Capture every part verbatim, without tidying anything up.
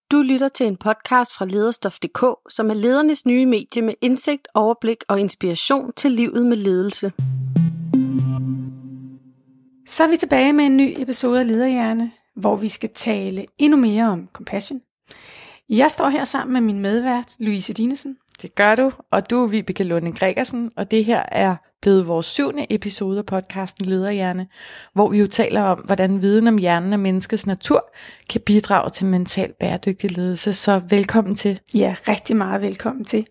Du lytter til en podcast fra Lederstof punktum d k, som er ledernes nye medie med indsigt, overblik og inspiration til livet med ledelse. Så er vi tilbage med en ny episode af Lederhjerne, hvor vi skal tale endnu mere om compassion. Jeg står her sammen med min medvært, Louise Dinesen. Det gør du, og du er Vibeke Lunde Gregersen, og det her er blevet vores syvende episode af podcasten Lederhjerne, hvor vi jo taler om, hvordan viden om hjernen og menneskets natur kan bidrage til mental bæredygtig ledelse. Så velkommen til. Ja, rigtig meget velkommen til.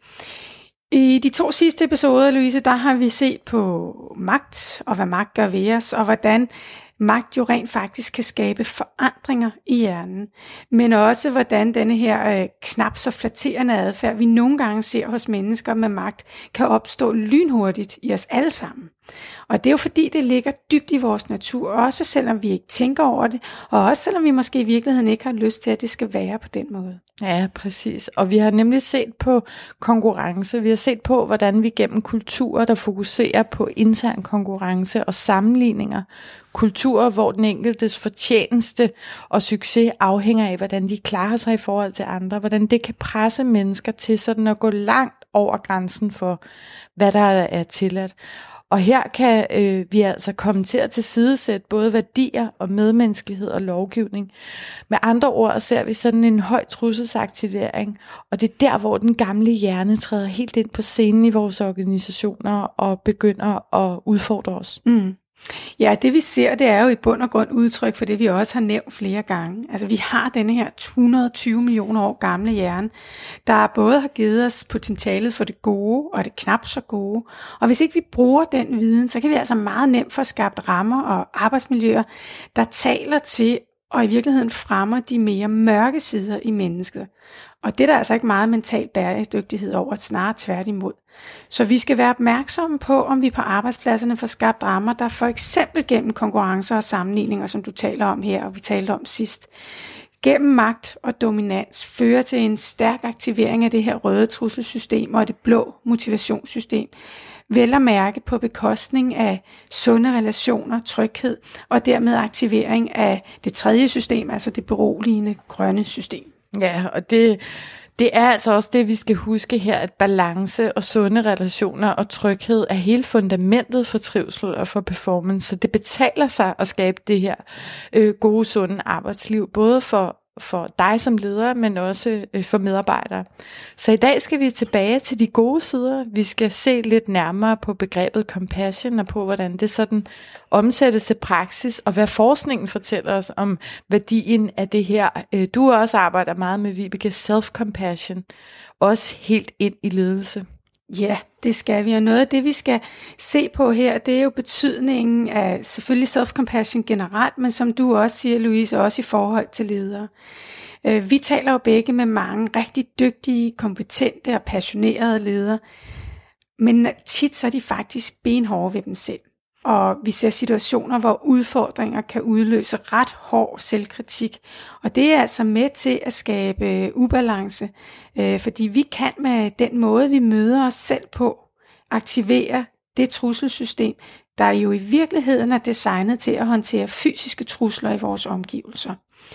I de to sidste episoder, Louise, der har vi set på magt, og hvad magt gør ved os, og hvordan magt jo rent faktisk kan skabe forandringer i hjernen, men også hvordan denne her øh, knap så flatterende adfærd, vi nogle gange ser hos mennesker med magt, kan opstå lynhurtigt i os alle sammen. Og det er jo fordi, det ligger dybt i vores natur, også selvom vi ikke tænker over det, og også selvom vi måske i virkeligheden ikke har lyst til, at det skal være på den måde. Ja, præcis. Og vi har nemlig set på konkurrence. Vi har set på, hvordan vi gennem kulturer, der fokuserer på intern konkurrence og sammenligninger, kulturer, hvor den enkeltes fortjeneste og succes afhænger af, hvordan de klarer sig i forhold til andre, hvordan det kan presse mennesker til sådan at gå langt over grænsen for, hvad der er tilladt. Og her kan øh, vi altså komme til at tilsidesætte både værdier og medmenneskelighed og lovgivning. Med andre ord ser vi sådan en høj trusselsaktivering, og det er der, hvor den gamle hjerne træder helt ind på scenen i vores organisationer og begynder at udfordre os. Mm. Ja, det vi ser, det er jo i bund og grund udtryk for det, vi også har nævnt flere gange. Altså vi har denne her et hundrede og tyve millioner år gamle hjerne, der både har givet os potentialet for det gode og det knap så gode. Og hvis ikke vi bruger den viden, så kan vi altså meget nemt få skabt rammer og arbejdsmiljøer, der taler til og i virkeligheden fremmer de mere mørke sider i mennesket. Og det er der altså ikke meget mental bæredygtighed over, snarere tværtimod. Så vi skal være opmærksomme på, om vi på arbejdspladserne får skabt rammer, der for eksempel gennem konkurrencer og sammenligninger, som du taler om her, og vi talte om sidst, gennem magt og dominans fører til en stærk aktivering af det her røde trusselsystem og det blå motivationssystem, vel at mærke på bekostning af sunde relationer, tryghed og dermed aktivering af det tredje system, altså det beroligende grønne system. Ja, og det, det er altså også det, vi skal huske her, at balance og sunde relationer og tryghed er hele fundamentet for trivsel og for performance. Så det betaler sig at skabe det her øh, gode, sunde arbejdsliv, både for for dig som leder, men også øh, for medarbejdere. Så i dag skal vi tilbage til de gode sider. Vi skal se lidt nærmere på begrebet compassion og på, hvordan det sådan omsættes til praksis, og hvad forskningen fortæller os om værdien af det her. Øh, du også arbejder meget med, Vibeke, self-compassion, også helt ind i ledelse. Ja, det skal vi, og noget af det, vi skal se på her, det er jo betydningen af selvfølgelig self-compassion generelt, men som du også siger, Louise, også i forhold til ledere. Vi taler jo begge med mange rigtig dygtige, kompetente og passionerede ledere, men tit så er de faktisk benhårde ved dem selv. Og vi ser situationer, hvor udfordringer kan udløse ret hård selvkritik. Og det er altså med til at skabe ubalance, øh, fordi vi kan med den måde, vi møder os selv på, aktivere det trusselsystem, der jo i virkeligheden er designet til at håndtere fysiske trusler i vores omgivelser.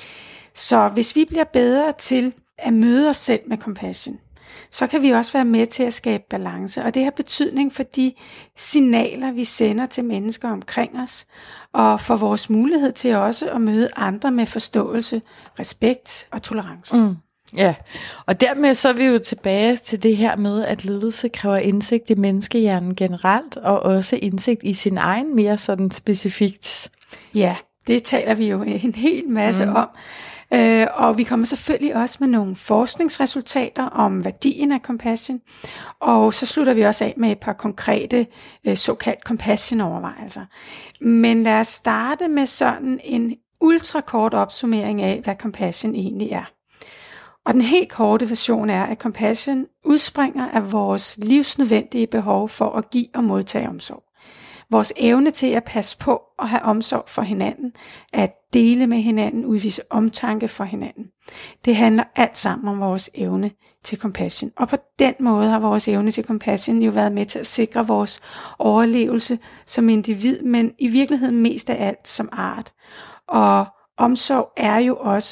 Så hvis vi bliver bedre til at møde os selv med compassion, så kan vi også være med til at skabe balance. Og det har betydning for de signaler, vi sender til mennesker omkring os, og for vores mulighed til også at møde andre med forståelse, respekt og tolerance. Mm. Ja, og dermed så er vi jo tilbage til det her med, at ledelse kræver indsigt i menneskehjernen generelt, og også indsigt i sin egen mere sådan specifikt. Ja, det taler vi jo en hel masse mm. om. Øh, og vi kommer selvfølgelig også med nogle forskningsresultater om værdien af compassion, og så slutter vi også af med et par konkrete øh, såkaldt compassion-overvejelser. Men lad os starte med sådan en ultrakort opsummering af, hvad compassion egentlig er. Og den helt korte version er, at compassion udspringer af vores livsnødvendige behov for at give og modtage omsorg. Vores evne til at passe på og have omsorg for hinanden, at dele med hinanden, udvise omtanke for hinanden. Det handler alt sammen om vores evne til compassion. Og på den måde har vores evne til compassion jo været med til at sikre vores overlevelse som individ, men i virkeligheden mest af alt som art. Og omsorg er jo også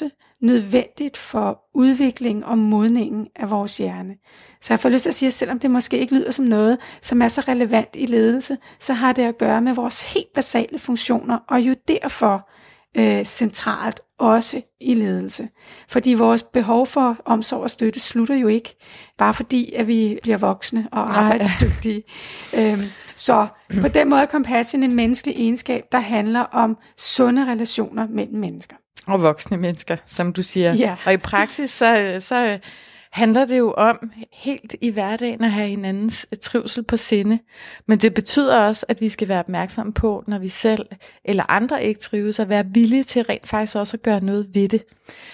nødvendigt for udviklingen og modningen af vores hjerne. Så jeg får lyst til at sige, at selvom det måske ikke lyder som noget, som er så relevant i ledelse, så har det at gøre med vores helt basale funktioner, og jo derfor øh, centralt også i ledelse. Fordi vores behov for omsorg og støtte slutter jo ikke, bare fordi at vi bliver voksne og arbejdsdygtige. øhm, så på den måde er compassion en menneskelig egenskab, der handler om sunde relationer mellem mennesker. Og voksne mennesker, som du siger. Ja. Og i praksis, så, så handler det jo om helt i hverdagen at have hinandens trivsel på sinde. Men det betyder også, at vi skal være opmærksomme på, når vi selv eller andre ikke trives, og være villige til rent faktisk også at gøre noget ved det.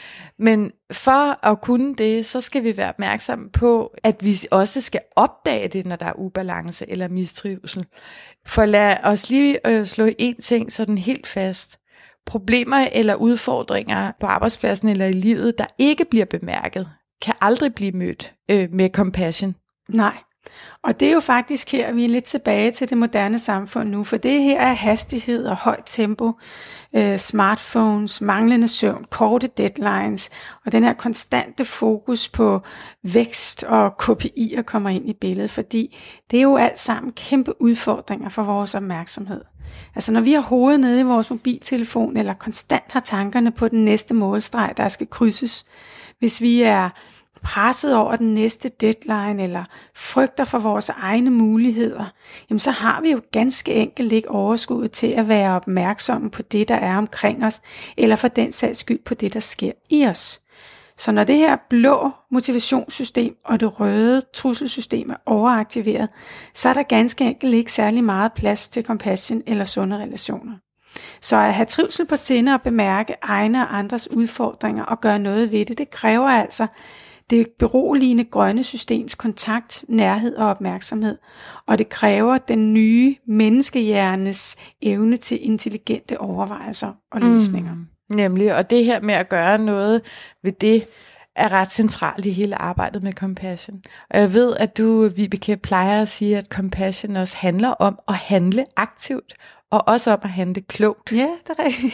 Men for at kunne det, så skal vi være opmærksomme på, at vi også skal opdage det, når der er ubalance eller mistrivsel. For lad os lige øh, slå en ting sådan helt fast. Problemer eller udfordringer på arbejdspladsen eller i livet, der ikke bliver bemærket, kan aldrig blive mødt øh, med compassion. Nej, og det er jo faktisk her, vi er lidt tilbage til det moderne samfund nu, for det her er hastighed og højt tempo, øh, smartphones, manglende søvn, korte deadlines, og den her konstante fokus på vækst og K P I'er kommer ind i billedet, fordi det er jo alt sammen kæmpe udfordringer for vores opmærksomhed. Altså når vi har hovedet nede i vores mobiltelefon, eller konstant har tankerne på den næste målstreg, der skal krydses, hvis vi er presset over den næste deadline, eller frygter for vores egne muligheder, jamen så har vi jo ganske enkelt ikke overskuddet til at være opmærksomme på det, der er omkring os, eller for den sags skyld på det, der sker i os. Så når det her blå motivationssystem og det røde trusselsystem er overaktiveret, så er der ganske enkelt ikke særlig meget plads til compassion eller sunde relationer. Så at have trivsel på sinde og bemærke egne og andres udfordringer og gøre noget ved det, det kræver altså det beroligende grønne systems kontakt, nærhed og opmærksomhed. Og det kræver den nye menneskehjernes evne til intelligente overvejelser og løsninger. Mm. Nemlig, og det her med at gøre noget ved det, er ret centralt i hele arbejdet med compassion. Og jeg ved, at du, Vibeke, plejer at sige, at compassion også handler om at handle aktivt, og også om at handle klogt. Ja, det er rigtigt.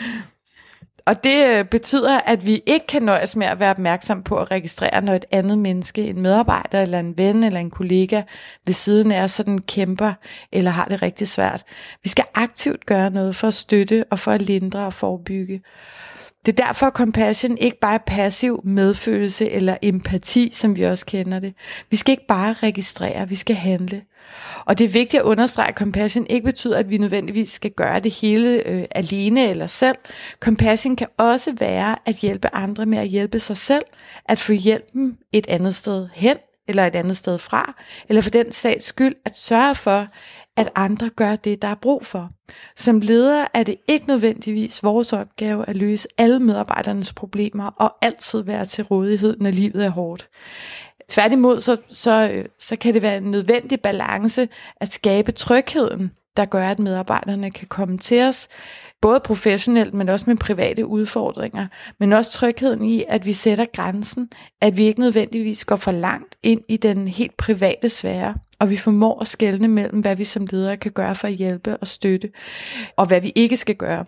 Og det betyder, at vi ikke kan nøjes med at være opmærksom på at registrere, når et andet menneske, en medarbejder eller en ven eller en kollega ved siden af sådan kæmper eller har det rigtig svært. Vi skal aktivt gøre noget for at støtte og for at lindre og forebygge. Det er derfor, at compassion ikke bare er passiv medfølelse eller empati, som vi også kender det. Vi skal ikke bare registrere, vi skal handle. Og det er vigtigt at understrege, at compassion ikke betyder, at vi nødvendigvis skal gøre det hele øh, alene eller selv. Compassion kan også være at hjælpe andre med at hjælpe sig selv, at få hjælpen et andet sted hen, eller et andet sted fra, eller for den sags skyld at sørge for, at andre gør det, der er brug for. Som leder er det ikke nødvendigvis vores opgave at løse alle medarbejdernes problemer og altid være til rådighed, når livet er hårdt. Tværtimod, så, så, så kan det være en nødvendig balance at skabe trygheden, der gør, at medarbejderne kan komme til os, både professionelt, men også med private udfordringer, men også trygheden i, at vi sætter grænsen, at vi ikke nødvendigvis går for langt ind i den helt private sfære, og vi formår at skelne mellem, hvad vi som ledere kan gøre for at hjælpe og støtte, og hvad vi ikke skal gøre.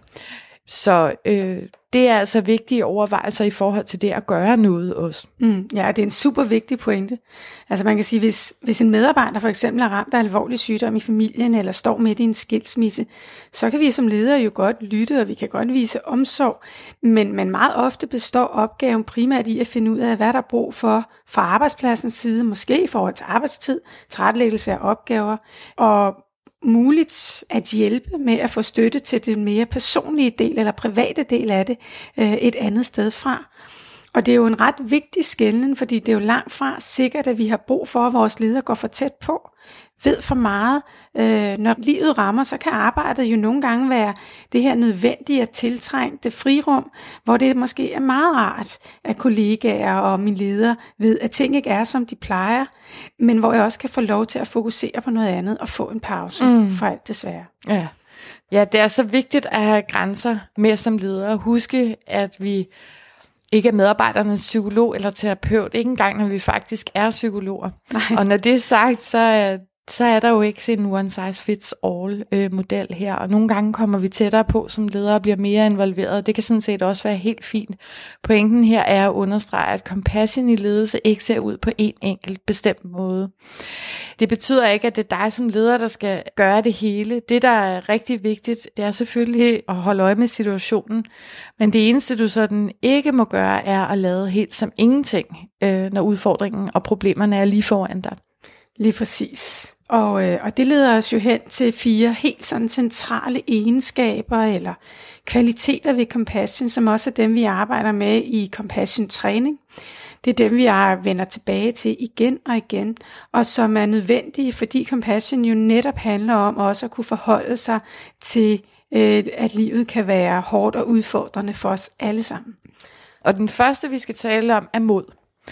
Så øh, det er altså vigtige overvejelser i forhold til det at gøre noget også. Mm, ja, det er en super vigtig pointe. Altså man kan sige, hvis, hvis en medarbejder for eksempel er ramt af alvorlig sygdom i familien, eller står midt i en skilsmisse, så kan vi som ledere jo godt lytte, og vi kan godt vise omsorg, men, men meget ofte består opgaven primært i at finde ud af, hvad der er brug for fra arbejdspladsens side, måske i forhold til arbejdstid, tilrettelæggelse af opgaver, og muligt at hjælpe med at få støtte til den mere personlige del eller private del af det øh, et andet sted fra. Og det er jo en ret vigtig skelnen, fordi det er jo langt fra sikkert, at vi har brug for, at vores ledere går for tæt på, ved for meget. Øh, når livet rammer, så kan arbejdet jo nogle gange være det her nødvendige at tiltrænge det frirum, hvor det måske er meget rart, at kollegaer og mine ledere ved, at ting ikke er, som de plejer, men hvor jeg også kan få lov til at fokusere på noget andet og få en pause mm. for alt det svære. Ja. ja, det er så vigtigt at have grænser med som ledere. Huske, at vi ikke er medarbejdernes psykolog eller terapeut, ikke engang når vi faktisk er psykologer. Nej. Og når det er sagt, så er så er der jo ikke en one size fits all øh, model her, og nogle gange kommer vi tættere på som ledere og bliver mere involveret. Det kan sådan set også være helt fint. Pointen her er at understrege, at compassion i ledelse ikke ser ud på en enkelt bestemt måde. Det betyder ikke, at det er dig som leder, der skal gøre det hele. Det, der er rigtig vigtigt, det er selvfølgelig at holde øje med situationen, men det eneste, du sådan ikke må gøre, er at lade helt som ingenting, øh, når udfordringen og problemerne er lige foran dig. Lige præcis. Og, øh, og det leder os jo hen til fire helt sådan centrale egenskaber eller kvaliteter ved compassion, som også er dem, vi arbejder med i compassion træning. Det er dem, vi vender tilbage til igen og igen, og som er nødvendige, fordi compassion jo netop handler om også at kunne forholde sig til, øh, at livet kan være hårdt og udfordrende for os alle sammen. Og den første, vi skal tale om, er mod.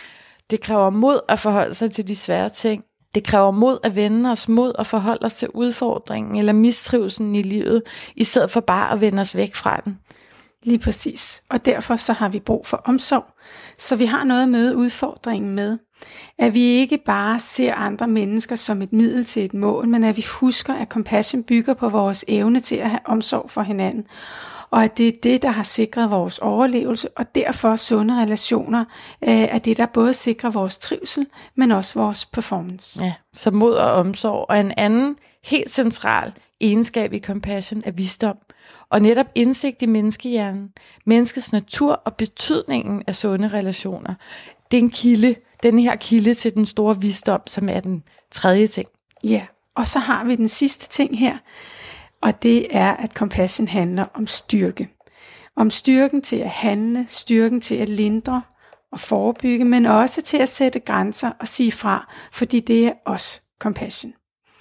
Det kræver mod at forholde sig til de svære ting. Det kræver mod at vende os mod og forholde os til udfordringen eller mistrivelsen i livet, i stedet for bare at vende os væk fra den. Lige præcis. Og derfor så har vi brug for omsorg. Så vi har noget at møde udfordringen med. At vi ikke bare ser andre mennesker som et middel til et mål, men at vi husker, at compassion bygger på vores evne til at have omsorg for hinanden. Og at det er det, der har sikret vores overlevelse, og derfor sunde relationer øh, er det, der både sikrer vores trivsel, men også vores performance. Ja, så mod og omsorg. Og en anden helt central egenskab i compassion er visdom. Og netop indsigt i menneskehjernen, menneskets natur og betydningen af sunde relationer. Det er en kilde, den her kilde til den store visdom, som er den tredje ting. Ja, og så har vi den sidste ting her, og det er, at compassion handler om styrke. Om styrken til at handle, styrken til at lindre og forebygge, men også til at sætte grænser og sige fra, fordi det er også compassion.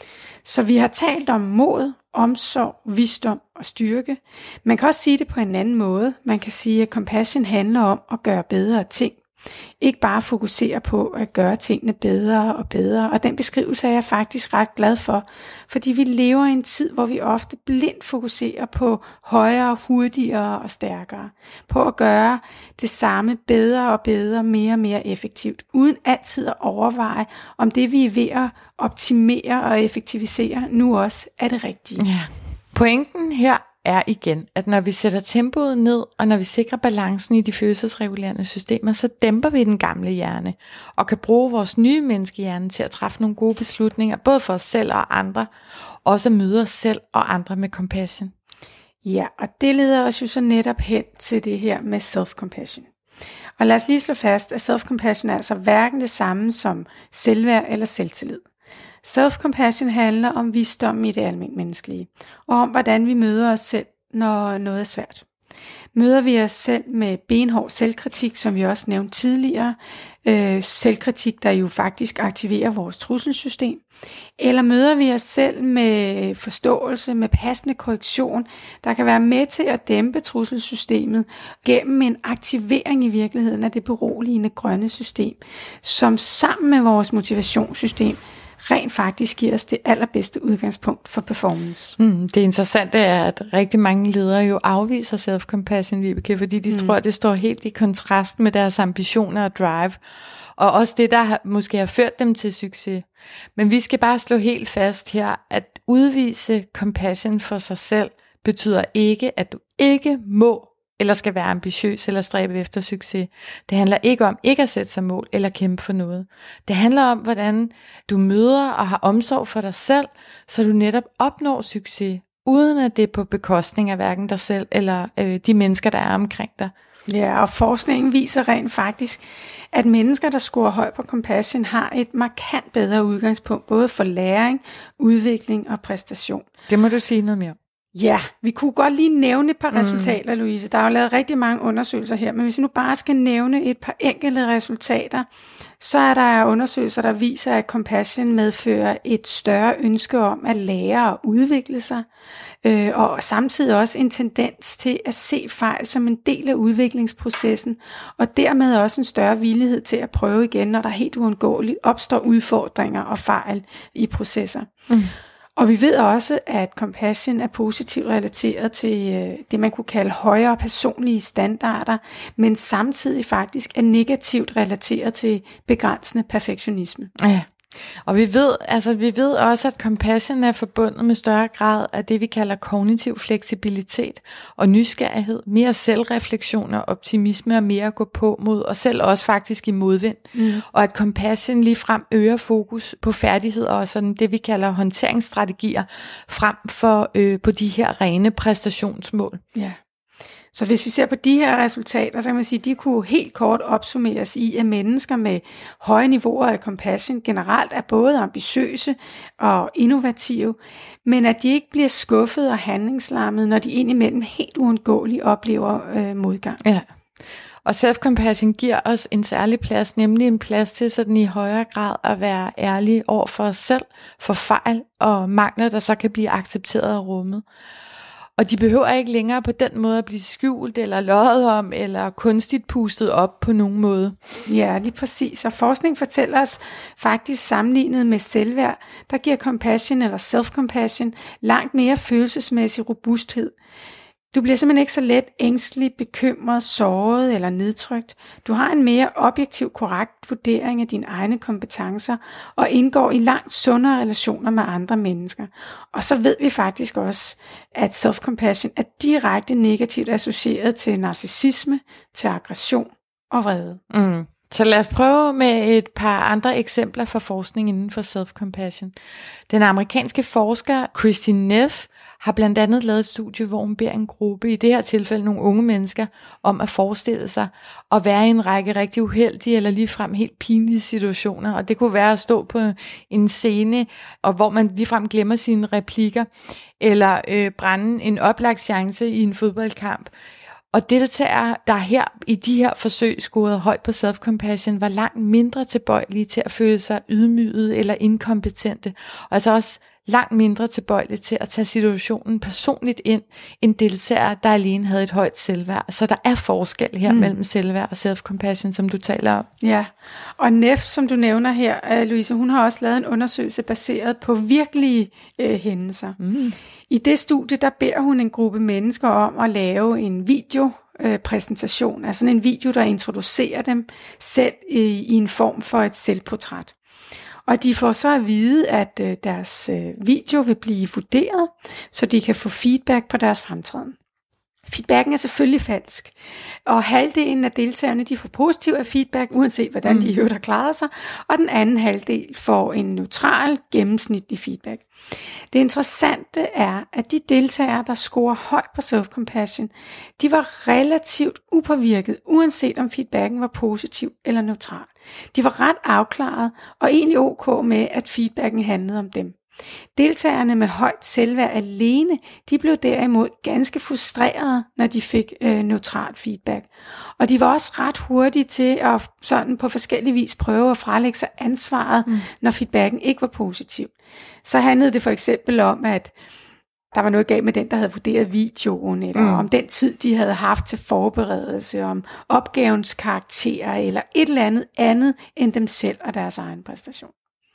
Så vi har talt om mod, omsorg, visdom og styrke. Man kan også sige det på en anden måde. Man kan sige, at compassion handler om at gøre bedre ting. Ikke bare fokusere på at gøre tingene bedre og bedre. Og den beskrivelse er jeg faktisk ret glad for. Fordi vi lever i en tid, hvor vi ofte blindt fokuserer på højere, hurtigere og stærkere. På at gøre det samme bedre og bedre, mere og mere effektivt. Uden altid at overveje, om det vi er ved at optimere og effektivisere, nu også er det rigtige. Ja. Pointen her er igen, at når vi sætter tempoet ned, og når vi sikrer balancen i de følelsesregulerende systemer, så dæmper vi den gamle hjerne, og kan bruge vores nye menneskehjerne til at træffe nogle gode beslutninger, både for os selv og andre, også at møde os selv og andre med compassion. Ja, og det leder os jo så netop hen til det her med self-compassion. Og lad os lige slå fast, at self-compassion er altså hverken det samme som selvværd eller selvtillid. Self-compassion handler om visdom i det almindelige menneskelige, og om hvordan vi møder os selv, når noget er svært. Møder vi os selv med benhård selvkritik, som vi også nævnte tidligere, øh, selvkritik, der jo faktisk aktiverer vores trusselsystem, eller møder vi os selv med forståelse, med passende korrektion, der kan være med til at dæmpe trusselssystemet gennem en aktivering i virkeligheden af det beroligende grønne system, som sammen med vores motivationssystem rent faktisk giver os det allerbedste udgangspunkt for performance. Mm, det interessante er, at rigtig mange ledere jo afviser self-compassion, Vibeke, fordi de mm. tror, at det står helt i kontrast med deres ambitioner og drive, og også det, der har, måske har ført dem til succes. Men vi skal bare slå helt fast her, at udvise compassion for sig selv betyder ikke, at du ikke må eller skal være ambitiøs eller stræbe efter succes. Det handler ikke om ikke at sætte sig mål eller kæmpe for noget. Det handler om, hvordan du møder og har omsorg for dig selv, så du netop opnår succes, uden at det er på bekostning af hverken dig selv eller øh, de mennesker, der er omkring dig. Ja, og forskningen viser rent faktisk, at mennesker, der scorer højt på compassion, har et markant bedre udgangspunkt, både for læring, udvikling og præstation. Det må du sige noget mere om. Ja, vi kunne godt lige nævne et par mm. resultater, Louise. Der er jo lavet rigtig mange undersøgelser her, men hvis vi nu bare skal nævne et par enkelte resultater, så er der undersøgelser, der viser, at compassion medfører et større ønske om at lære og udvikle sig, øh, og samtidig også en tendens til at se fejl som en del af udviklingsprocessen, og dermed også en større villighed til at prøve igen, når der helt uundgåeligt opstår udfordringer og fejl i processer. Mm. Og vi ved også, at compassion er positivt relateret til øh, det, man kunne kalde højere personlige standarder, men samtidig faktisk er negativt relateret til begrænsende perfektionisme. Ja, Og vi ved, altså vi ved også, at compassion er forbundet med større grad af det, vi kalder kognitiv fleksibilitet og nysgerrighed, mere selvreflektion og optimisme og mere at gå på mod, og selv også faktisk i modvind. Mm. Og at compassion ligefrem øger fokus på færdigheder og sådan det, vi kalder håndteringsstrategier, frem for øh, på de her rene præstationsmål. Ja. Så hvis vi ser på de her resultater, så kan man sige, at de kunne helt kort opsummeres i, at mennesker med høje niveauer af compassion generelt er både ambitiøse og innovative, men at de ikke bliver skuffet og handlingslammet, når de indimellem helt uundgåeligt oplever øh, modgang. Ja. Og self-compassion giver os en særlig plads, nemlig en plads til sådan i højere grad at være ærlige over for os selv, for fejl og mangler, der så kan blive accepteret af rummet. Og de behøver ikke længere på den måde at blive skjult eller løjet om, eller kunstigt pustet op på nogen måde. Ja, lige præcis. Og forskning fortæller os faktisk sammenlignet med selvværd, der giver compassion eller self-compassion langt mere følelsesmæssig robusthed. Du bliver simpelthen ikke så let ængstelig, bekymret, såret eller nedtrykt. Du har en mere objektiv, korrekt vurdering af dine egne kompetencer og indgår i langt sundere relationer med andre mennesker. Og så ved vi faktisk også, at self-compassion er direkte negativt associeret til narcissisme, til aggression og vrede. Mm. Så lad os prøve med et par andre eksempler fra forskning inden for self-compassion. Den amerikanske forsker Christine Neff har blandt andet lavet et studie, hvor hun beder en gruppe, i det her tilfælde nogle unge mennesker, om at forestille sig at være i en række rigtig uheldige eller ligefrem helt pinlige situationer. Og det kunne være at stå på en scene, og hvor man ligefrem glemmer sine replikker, eller øh, brænde en oplagt chance i en fodboldkamp. Og deltagere, der her i de her forsøg scorede højt på self-compassion, var langt mindre tilbøjelige til at føle sig ydmygede eller inkompetente, og altså også langt mindre tilbøjelige til at tage situationen personligt ind, end deltagere, der alene havde et højt selvværd. Så der er forskel her mm. mellem selvværd og self-compassion, som du taler om. Ja, og Neff, som du nævner her, Louise, hun har også lavet en undersøgelse baseret på virkelige øh, hændelser. Mm. I det studie, der beder hun en gruppe mennesker om at lave en video, øh, præsentation, altså en video, der introducerer dem selv i, i en form for et selvportræt. Og de får så at vide, at øh, deres øh, video vil blive vurderet, så de kan få feedback på deres fremtræden. Feedbacken er selvfølgelig falsk, og halvdelen af deltagerne de får positiv af feedback, uanset hvordan mm. de i øvrigt har klaret sig, og den anden halvdel får en neutral, gennemsnitlig feedback. Det interessante er, at de deltagere, der scorer højt på self-compassion, de var relativt upåvirket, uanset om feedbacken var positiv eller neutral. De var ret afklaret og egentlig ok med, at feedbacken handlede om dem. Deltagerne med højt selvværd alene, de blev derimod ganske frustrerede, når de fik øh, neutral feedback. Og de var også ret hurtige til at sådan på forskellige vis prøve at frelægge sig ansvaret, mm. når feedbacken ikke var positiv. Så handlede det for eksempel om, at der var noget galt med den, der havde vurderet videoen, eller mm. om den tid, de havde haft til forberedelse, om opgavens karakter, eller et eller andet andet end dem selv og deres egen præstation.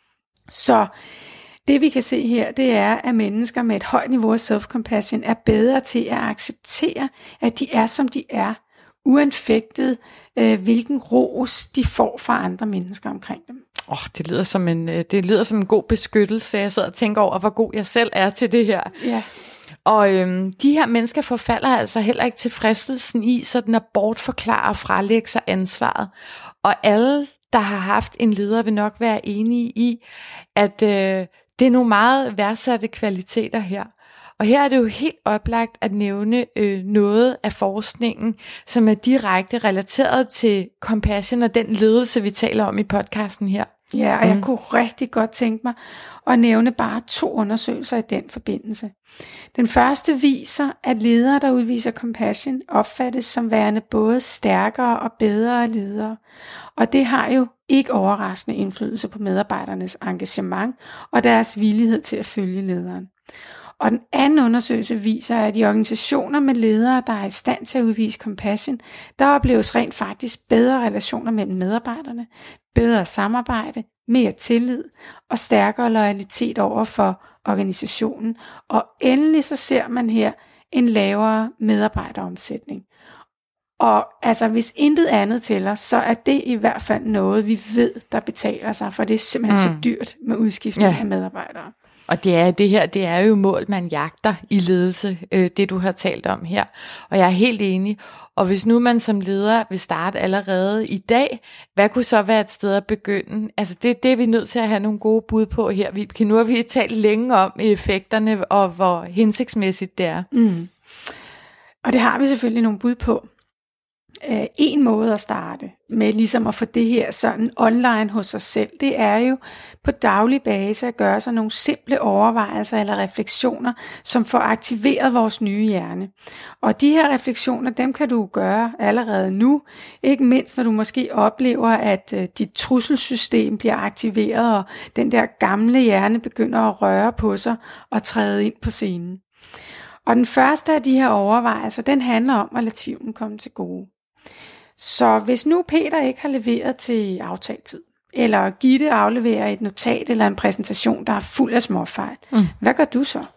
Så det vi kan se her, det er, at mennesker med et højt niveau af self-compassion er bedre til at acceptere, at de er, som de er, uanfægtet, øh, hvilken ros de får fra andre mennesker omkring dem. Åh, oh, det lyder som en det lyder som en god beskyttelse. Jeg sidder og tænker over, hvor god jeg selv er til det her. Ja. Og øhm, de her mennesker forfalder altså heller ikke til fristelsen i sådan at bortforklare og frelægge sig ansvaret. Og alle, der har haft en leder, vil nok være enige i, at øh, det er nogle meget værdsatte kvaliteter her. Og her er det jo helt oplagt at nævne øh, noget af forskningen, som er direkte relateret til compassion og den ledelse, vi taler om i podcasten her. Ja, og jeg mm. kunne rigtig godt tænke mig at nævne bare to undersøgelser i den forbindelse. Den første viser, at ledere, der udviser compassion, opfattes som værende både stærkere og bedre ledere. Og det har jo ikke overraskende indflydelse på medarbejdernes engagement og deres villighed til at følge lederen. Og den anden undersøgelse viser, at i organisationer med ledere, der er i stand til at udvise compassion, der opleves rent faktisk bedre relationer mellem medarbejderne, bedre samarbejde, mere tillid og stærkere loyalitet over for organisationen. Og endelig så ser man her en lavere medarbejderomsætning. Og altså, hvis intet andet tæller, så er det i hvert fald noget, vi ved, der betaler sig, for det er simpelthen mm. så dyrt med udskiftning ja. af medarbejdere. Og det er det her, det er jo mål, man jagter i ledelse, øh, det du har talt om her. Og jeg er helt enig. Og hvis nu man som leder vil starte allerede i dag, hvad kunne så være et sted at begynde? Altså det, det er vi nødt til at have nogle gode bud på her. Vi kan nu har vi talt længe om effekterne, og hvor hensigtsmæssigt det er. Mm. Og det har vi selvfølgelig nogle bud på. Uh, en måde at starte med ligesom at få det her sådan online hos sig selv, det er jo på daglig basis at gøre sig nogle simple overvejelser eller refleksioner, som får aktiveret vores nye hjerne. Og de her refleksioner, dem kan du gøre allerede nu, ikke mindst når du måske oplever, at uh, dit trusselsystem bliver aktiveret, og den der gamle hjerne begynder at røre på sig og træde ind på scenen. Og den første af de her overvejelser, den handler om at lade tvivlen komme til gode. Så hvis nu Peter ikke har leveret til aftalt tid, eller Gitte afleverer et notat eller en præsentation, der er fuld af småfejl, mm. hvad gør du så?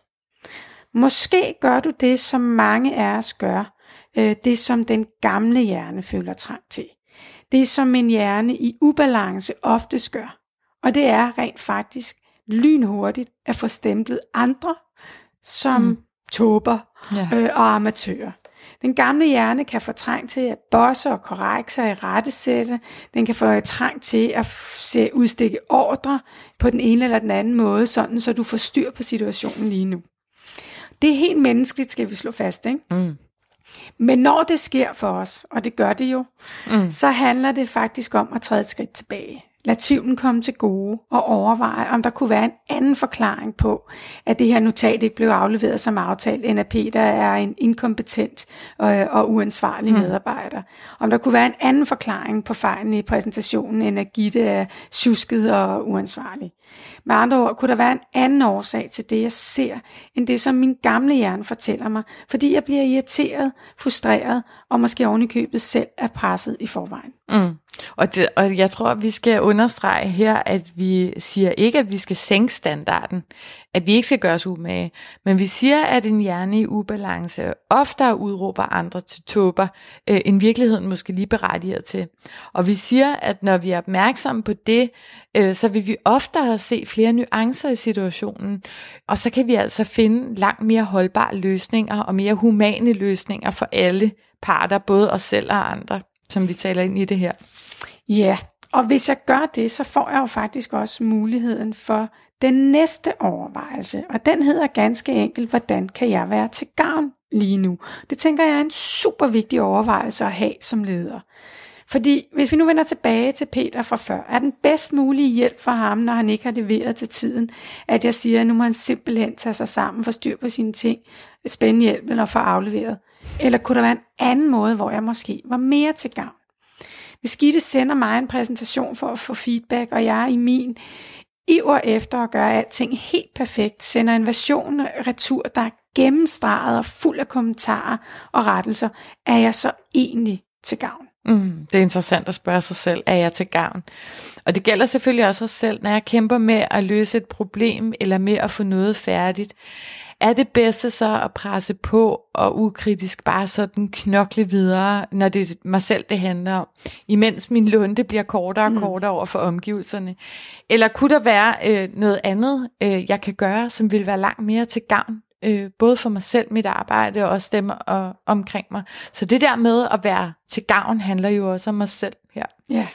Måske gør du det, som mange af os gør, det som den gamle hjerne føler trang til. Det som en hjerne i ubalance oftest gør, og det er rent faktisk lynhurtigt at få stemplet andre som mm. tåber yeah. øh, og amatører. Den gamle hjerne kan få trang til at bosse og korrekse og rettesætte. Den kan få trang til at se, udstikke ordre på den ene eller den anden måde, sådan så du får styr på situationen lige nu. Det er helt menneskeligt, skal vi slå fast, ikke? Mm. Men når det sker for os, og det gør det jo, mm. så handler det faktisk om at træde et skridt tilbage. Lad tvivlen komme til gode og overveje, om der kunne være en anden forklaring på, at det her notat ikke blev afleveret som aftalt, end at Peter er en inkompetent og, og uansvarlig mm. medarbejder. Om der kunne være en anden forklaring på fejlen i præsentationen, end at Gitte er tjusket og uansvarlig. Med andre ord, kunne der være en anden årsag til det, jeg ser, end det, som min gamle hjerne fortæller mig, fordi jeg bliver irriteret, frustreret og måske oven i købet selv er presset i forvejen. Mm. Og, det, og jeg tror, at vi skal understrege her, at vi siger ikke, at vi skal sænke standarden, at vi ikke skal gøre os umage, men vi siger, at en hjerne i ubalance oftere udråber andre til tåber, øh, end virkeligheden måske lige berettiger til. Og vi siger, at når vi er opmærksomme på det, øh, så vil vi oftere se flere nuancer i situationen, og så kan vi altså finde langt mere holdbare løsninger og mere humane løsninger for alle parter, både os selv og andre, som vi taler ind i det her. Ja, og hvis jeg gør det, så får jeg jo faktisk også muligheden for den næste overvejelse, og den hedder ganske enkelt, hvordan kan jeg være til gavn lige nu? Det tænker jeg er en super vigtig overvejelse at have som leder. Fordi hvis vi nu vender tilbage til Peter fra før, er den bedst mulige hjælp for ham, når han ikke har leveret til tiden, at jeg siger, at nu må han simpelthen tage sig sammen, få styr på sine ting, spænde hjælpen og få afleveret. Eller kunne der være en anden måde, hvor jeg måske var mere til gavn? Hvis Gitte sender mig en præsentation for at få feedback, og jeg i min iver efter at gøre alting helt perfekt, sender en version retur, der er gennemstreget og fuld af kommentarer og rettelser, er jeg så egentlig til gavn? Mm, det er interessant at spørge sig selv, er jeg til gavn? Og det gælder selvfølgelig også os selv, når jeg kæmper med at løse et problem, eller med at få noget færdigt. Er det bedste så at presse på og ukritisk bare sådan knokle videre, når det er mig selv, det handler om, imens min lunte bliver kortere og kortere over for omgivelserne? Eller kunne der være øh, noget andet, øh, jeg kan gøre, som vil være langt mere til gavn, øh, både for mig selv, mit arbejde og også dem og, omkring mig? Så det der med at være til gavn handler jo også om mig selv her. Ja,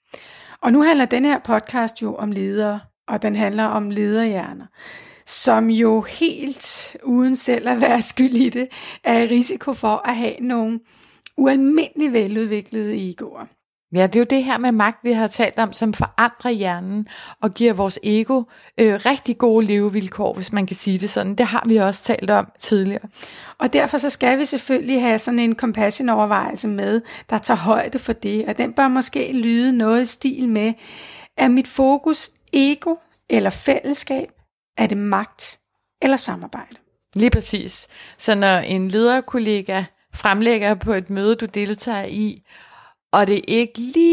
og nu handler den her podcast jo om ledere, og den handler om lederhjerner, som jo helt uden selv at være skyld i det, er i risiko for at have nogle ualmindeligt veludviklede egoer. Ja, det er jo det her med magt, vi har talt om, som forandrer hjernen og giver vores ego øh, rigtig gode levevilkår, hvis man kan sige det sådan. Det har vi også talt om tidligere. Og derfor så skal vi selvfølgelig have sådan en compassion-overvejelse med, der tager højde for det. Og den bør måske lyde noget i stil med, er mit fokus ego eller fællesskab? Er det magt eller samarbejde? Lige præcis. Så når en lederkollega fremlægger på et møde, du deltager i, og det ikke lige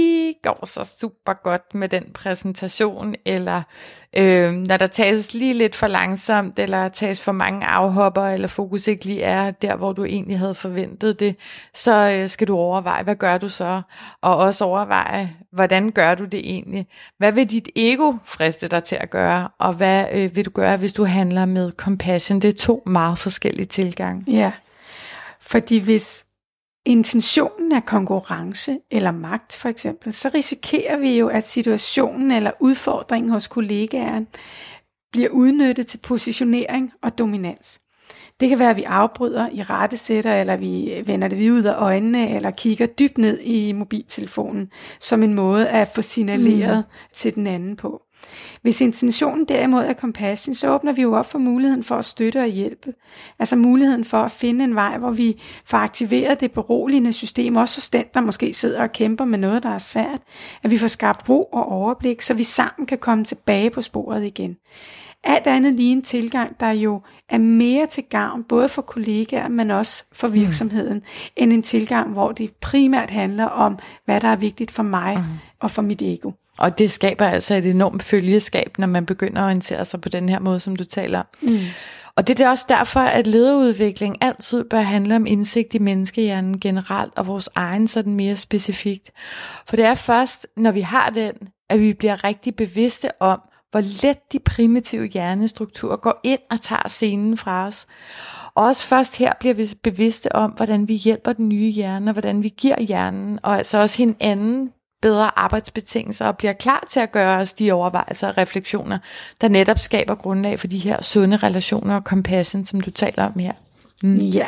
går så super godt med den præsentation, eller øh, når der tages lige lidt for langsomt, eller tages for mange afhopper, eller fokus ikke lige er der, hvor du egentlig havde forventet det, så øh, skal du overveje, hvad gør du så? Og også overveje, hvordan gør du det egentlig? Hvad vil dit ego friste dig til at gøre? Og hvad øh, vil du gøre, hvis du handler med compassion? Det er to meget forskellige tilgange. Ja, fordi hvis intentionen er konkurrence eller magt for eksempel, så risikerer vi jo, at situationen eller udfordringen hos kollegaen bliver udnyttet til positionering og dominans. Det kan være, at vi afbryder, i rettesætter, eller vi vender det ud af øjnene, eller kigger dybt ned i mobiltelefonen, som en måde at få signaleret mm. til den anden på. Hvis intentionen derimod er compassion, så åbner vi jo op for muligheden for at støtte og hjælpe. Altså muligheden for at finde en vej, hvor vi får aktiveret det beroligende system, også hos den, der måske sidder og kæmper med noget, der er svært. At vi får skabt ro og overblik, så vi sammen kan komme tilbage på sporet igen. Alt andet lige en tilgang, der jo er mere til gavn, både for kollegaer, men også for virksomheden, mm. end en tilgang, hvor det primært handler om, hvad der er vigtigt for mig mm. og for mit ego. Og det skaber altså et enormt følgeskab, når man begynder at orientere sig på den her måde, som du taler om. Mm. Og det er også derfor, at lederudvikling altid bør handle om indsigt i menneskehjernen generelt, og vores egen sådan mere specifikt. For det er først, når vi har den, at vi bliver rigtig bevidste om, hvor let de primitive hjernestrukturer går ind og tager scenen fra os. Og også først her bliver vi bevidste om, hvordan vi hjælper den nye hjerne, og hvordan vi giver hjernen, og altså også hinanden bedre arbejdsbetingelser, og bliver klar til at gøre os de overvejelser og refleksioner, der netop skaber grundlag for de her sunde relationer og compassion, som du taler om her. Mm. Ja.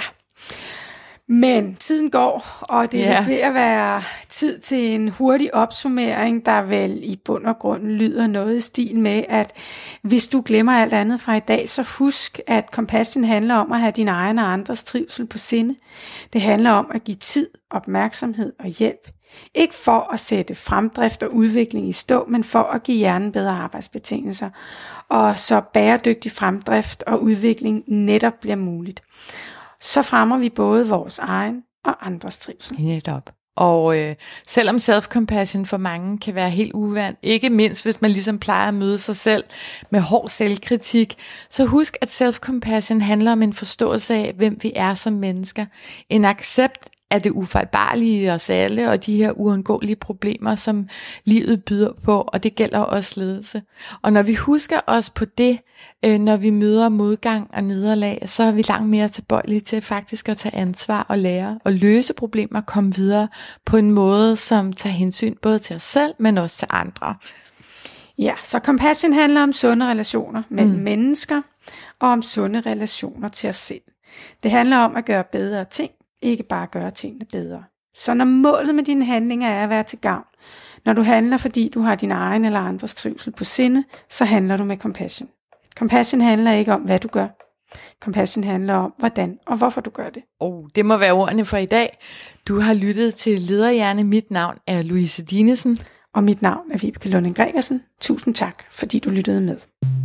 Men tiden går, og det er ja. vist ved at være tid til en hurtig opsummering, der vel i bund og grund lyder noget i stil med, at hvis du glemmer alt andet fra i dag, så husk, at compassion handler om at have din egen og andres trivsel på sinde. Det handler om at give tid, opmærksomhed og hjælp. Ikke for at sætte fremdrift og udvikling i stå, men for at give hjernen bedre arbejdsbetingelser. Og så bæredygtig fremdrift og udvikling netop bliver muligt. Så fremmer vi både vores egen og andres trivsel. Netop. Og øh, selvom self-compassion for mange kan være helt uvant, ikke mindst hvis man ligesom plejer at møde sig selv med hård selvkritik, så husk, at self-compassion handler om en forståelse af, hvem vi er som mennesker. En accept af det ufejlbarlige i os alle, og de her uundgåelige problemer, som livet byder på, og det gælder også ledelse. Og når vi husker os på det, øh, når vi møder modgang og nederlag, så er vi langt mere tilbøjelige til faktisk at tage ansvar og lære og løse problemer og komme videre på en måde, som tager hensyn både til os selv, men også til andre. Ja, så compassion handler om sunde relationer mellem mm. mennesker, og om sunde relationer til os selv. Det handler om at gøre bedre ting, ikke bare gøre tingene bedre. Så når målet med dine handlinger er at være til gavn, når du handler, fordi du har din egen eller andres trivsel på sinde, så handler du med compassion. Compassion handler ikke om, hvad du gør. Compassion handler om, hvordan og hvorfor du gør det. Oh, det må være ordene for i dag. Du har lyttet til Lederhjerne. Mit navn er Louise Dinesen. Og mit navn er Vibeke Lunding Gregersen. Tusind tak, fordi du lyttede med.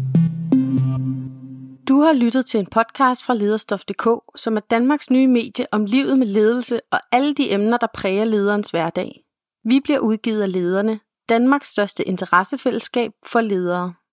Du har lyttet til en podcast fra Lederstof punktum d k, som er Danmarks nye medie om livet med ledelse og alle de emner, der præger lederens hverdag. Vi bliver udgivet af Lederne, Danmarks største interessefællesskab for ledere.